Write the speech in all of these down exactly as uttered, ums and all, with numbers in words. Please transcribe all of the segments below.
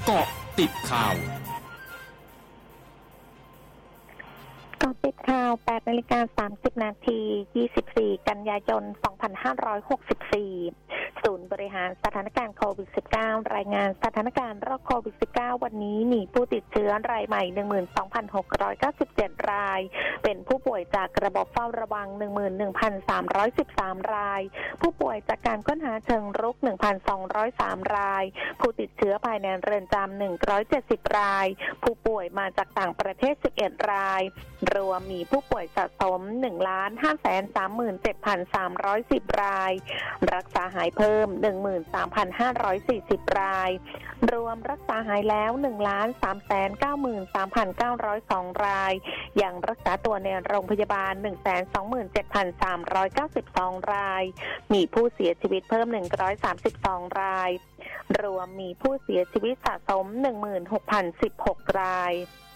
เกาะติดข่าวเกาะติดข่าว แปดนาฬิกาสามสิบนาที ยี่สิบสี่ กันยายน สองพันห้าร้อยหกสิบสี่ ศูนย์บริหารสถานการณ์โควิด สิบเก้า รายงานสถานการณ์โรคโควิด สิบเก้า วันนี้มีผู้ติดเชื้อรายใหม่ หนึ่งหมื่นสองพันหกร้อยเก้าสิบเจ็ด รายเป็นผู้ป่วยจากระบบเฝ้าระวัง หนึ่งหมื่นหนึ่งพันสามร้อยสิบสาม รายผู้ป่วยจากการค้นหาเชิงรุก หนึ่งพันสองร้อยสาม รายผู้ติดเชื้อภายในเรือนจำหนึ่งร้อยเจ็ดสิบ รายผู้ป่วยมาจากต่างประเทศสิบเอ็ดรายรวมมีผู้ป่วยสะสม หนึ่งล้าน ห้าแสนสามหมื่นเจ็ดพันสามร้อยสิบ รายรักษาหายเพิ่ม หนึ่งหมื่นสามพันห้าร้อยสี่สิบ รายรวมรักษาหายแล้ว หนึ่งล้านสามแสนเก้าหมื่นสามพันเก้าร้อยสอง รายยังรักษาตัวในโรงพยาบาล หนึ่งแสนสองหมื่นเจ็ดพันสามร้อยเก้าสิบสอง รายมีผู้เสียชีวิตเพิ่มหนึ่งร้อยสามสิบสองรายรวมมีผู้เสียชีวิตสะสม หนึ่งหมื่นหกพันสิบหก ราย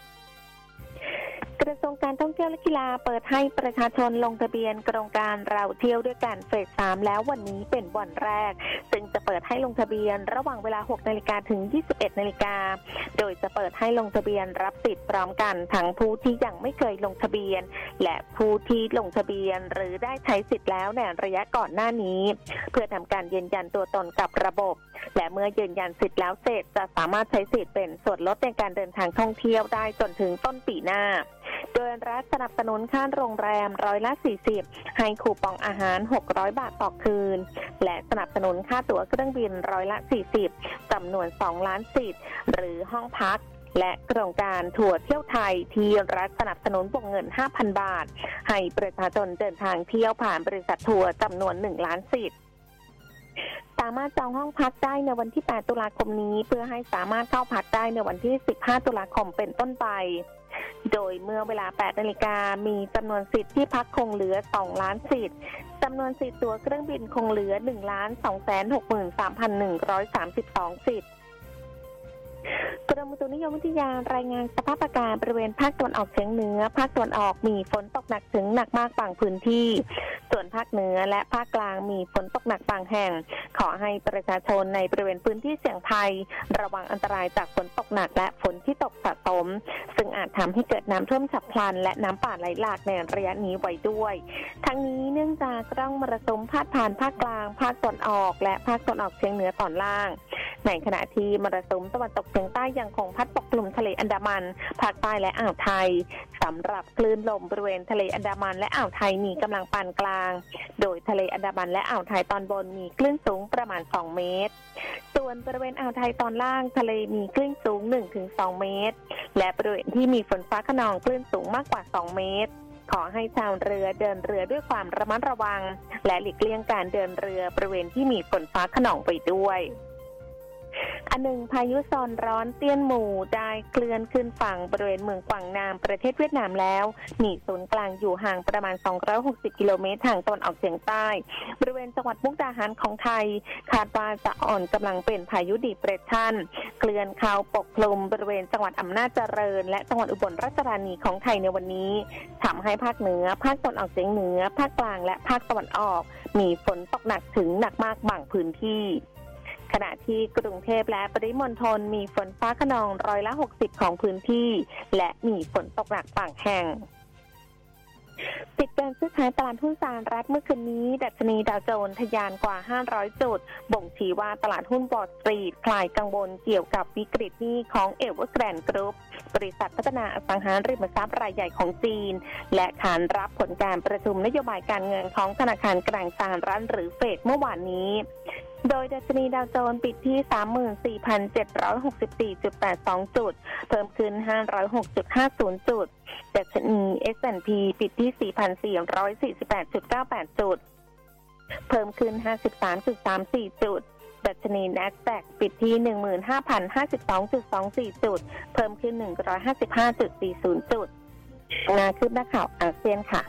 กระทรวงการท่องเที่ยวและกีฬาเปิดให้ประชาชนลงทะเบียนโครงการเราเที่ยวด้วยกันเฟสสามแล้ววันนี้เป็นวันแรกซึ่งจะเปิดให้ลงทะเบียนระหว่างเวลา หกนาฬิกา ถึง ยี่สิบเอ็ดนาฬิกาโดยจะเปิดให้ลงทะเบียนรับสิทธิ์พร้อมกันทั้งผู้ที่ยังไม่เคยลงทะเบียนและผู้ที่ลงทะเบียนหรือได้ใช้สิทธิ์แล้วในระยะก่อนหน้านี้เพื่อทำการยืนยันตัวตนกับระบบและเมื่อยืนยันสิทธิ์แล้วเสร็จจะสามารถใช้สิทธิ์เป็นส่วนลดในการเดินทางท่องเที่ยวได้จนถึงต้นปีหน้าโดยรัฐสนับสนุนค่าโรงแรมร้อยละสี่สิบให้คูปองอาหารหกร้อยบาทต่อคืนและสนับสนุนค่าตั๋วเครื่องบินร้อยละสี่สิบจำนวนสองล้านสิทธิ์หรือห้องพักและโครงการทัวร์เที่ยวไทยที่รัฐสนับสนุนวงเงิน ห้าพันบาทให้ประชาชนเดินทางเที่ยวผ่านบริษัททัวร์จำนวนหนึ่งล้านสิทธิ์สามารถจองห้องพักได้ในวันที่แปดตุลาคมนี้เพื่อให้สามารถเข้าพักได้ในวันที่สิบห้าตุลาคมเป็นต้นไปโดยเมื่อเวลา แปดนาฬิกา มีจำนวนสิทธิ์ที่พักคงเหลือสองล้านสิทธิ์จำนวนสิทธิ์ตั๋วเครื่องบินคงเหลือ หนึ่งล้านสองแสนหกหมื่นสามพันหนึ่งร้อยสามสิบสอง สิทธิ์กรมอุตุนิยมวิทยารายงานสภาพอากาศบริเวณภาคตะวันออกเฉียงเหนือภาคตะวันออกมีฝนตกหนักถึงหนักมากบางพื้นที่ส่วนภาคเหนือและภาคกลางมีฝนตกหนักบางแห่งขอให้ประชาชนในบริเวณพื้นที่เสี่ยงภัยระวังอันตรายจากฝนตกหนักและฝนที่ตกสะสมซึ่งอาจทำให้เกิดน้ำท่วมฉับพลันและน้ำป่าไหลหลากในระยะนี้ไว้ด้วยทั้งนี้เนื่องจากร่องมรสุมพาดผ่านภาคกลางภาคตะวันออกและภาคตะวันออกเฉียงเหนือตอนล่างในขณะที่มรสุมตะวันตกเฉียงใต้ยังคงพัดปกคลุมทะเลอันดามันภาคใต้และอ่าวไทยสำหรับคลื่นลมบริเวณทะเลอันดามันและอ่าวไทยมีกำลังปานกลางโดยทะเลอันดามันและอ่าวไทยตอนบนมีคลื่นสูงประมาณสองเมตรส่วนบริเวณอ่าวไทยตอนล่างทะเลมีคลื่นสูง หนึ่งถึงสอง เมตรและบริเวณที่มีฝนฟ้าคะนองคลื่นสูงมากกว่าสองเมตรขอให้ชาวเรือเดินเรือด้วยความระมัดระวังและหลีกเลี่ยงการเดินเรือบริเวณที่มีฝนฟ้าคะนองไปด้วยอันหนึ่งพายุโซนร้อนเตี้ยนหมู่ได้เคลื่อนขึ้นฝั่งบริเวณเมืองกวางนามประเทศเวียดนามแล้วมีศูนย์กลางอยู่ห่างประมาณสองร้อยหกสิบกิโลเมตรทางตะวันออกเฉียงใต้บริเวณจังหวัดมุกดาหารของไทยคาดว่าจะอ่อนกำลังเป็นพายุดีเปรสชั่นเคลื่อนเข้าปกคลุมบริเวณจังหวัดอำนาจเจริญและจังหวัดอุบลราชธานีของไทยในวันนี้ทำให้ภาคเหนือภาคตะวันออกเฉียงเหนือภาคกลางและภาคตะวันออกมีฝนตกหนักถึงหนักมากบางพื้นที่ขณะที่กรุงเทพและปริมณฑลมีฝนฟ้าคะนองร้อยละหกสิบของพื้นที่และมีฝนตกหนักบางแห่งปิดการซื้อขายตลาดหุ้นสหรัฐเมื่อคืนนี้ดัชนีดาวโจนส์ทะยานกว่าห้าร้อยจุดบ่งชี้ว่าตลาดหุ้นวอลล์สตรีทคลายกังวลเกี่ยวกับวิกฤตหนี้ของเอเวอร์แกรนด์กรุ๊ปบริษัทพัฒนาอสังหาริมทรัพย์รายใหญ่ของจีนและขานรับผลการประชุมนโยบายการเงินของธนาคารกลางสหรัฐหรือเฟดเมื่อวานนี้โดยดัชนีดาวโจนส์ปิดที่ สามหมื่นสี่พันเจ็ดร้อยหกสิบสี่จุดแปดสอง จุดเพิ่มขึ้น ห้าร้อยหกจุดห้าศูนย์ จุดดัชนี เอส แอนด์ พี ปิดที่ สี่พันสี่ร้อยสี่สิบแปดจุดเก้าแปด จุดเพิ่มขึ้น ห้าสิบสามจุดสามสี่ จุดดัชนี NASDAQ ปิดที่ หนึ่งหมื่นห้าพันห้าสิบสองจุดสองสี่ จุดเพิ่มขึ้น หนึ่งร้อยห้าสิบห้าจุดสี่ศูนย์ จุดนาคืบหน้าข่าวอาเซียนค่ะ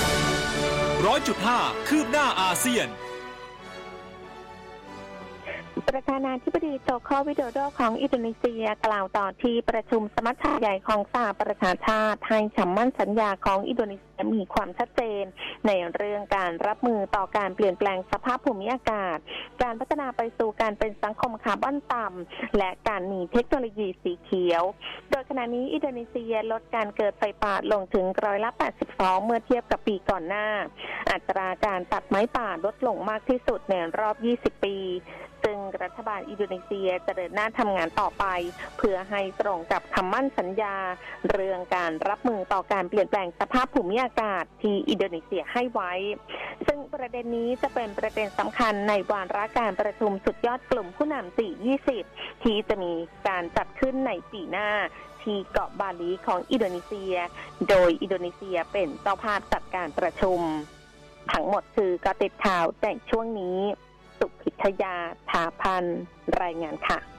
ร้อยจุดห้าคืบหน้าอาเซียนประธานาธิบดีโจโควิโดโดของอินโดนีเซียกล่าวต่อที่ประชุมสมัชชาใหญ่ของสหประชาชาติให้คำมั่นสัญญาของอินโดนีเซียมีความชัดเจนในเรื่องการรับมือต่อการเปลี่ยนแปลงสภาพภูมิอากาศการพัฒนาไปสู่การเป็นสังคมคาร์บอนต่ำและการมีเทคโนโลยีสีเขียวโดยขณะนี้อินโดนีเซียลดการเกิดไฟป่าลงถึงร้อยละแปดสิบสองเมื่อเทียบกับปีก่อนหน้าอัตราการตัดไม้ป่าลดลงมากที่สุดในรอบยี่สิบปีซึ่งรัฐบาลอินโดนีเซียจะเดินหน้าทำงานต่อไปเพื่อให้ตรงกับคำมั่นสัญญาเรื่องการรับมือต่อการเปลี่ยนแปลงสภาพภูมิอากาศที่อินโดนีเซียให้ไว้ซึ่งประเด็นนี้จะเป็นประเด็นสำคัญในวาระการประชุมสุดยอดกลุ่มผู้นำ ซี ยี่สิบ ที่จะมีการจัดขึ้นในปีหน้าที่เกาะบาหลีของอินโดนีเซียโดยอินโดนีเซียเป็นเจ้าภาพจัดการประชุมทั้งหมดคือกระติดข่าวแต่ช่วงนี้สุพิทยา ถาพันรายงานค่ะ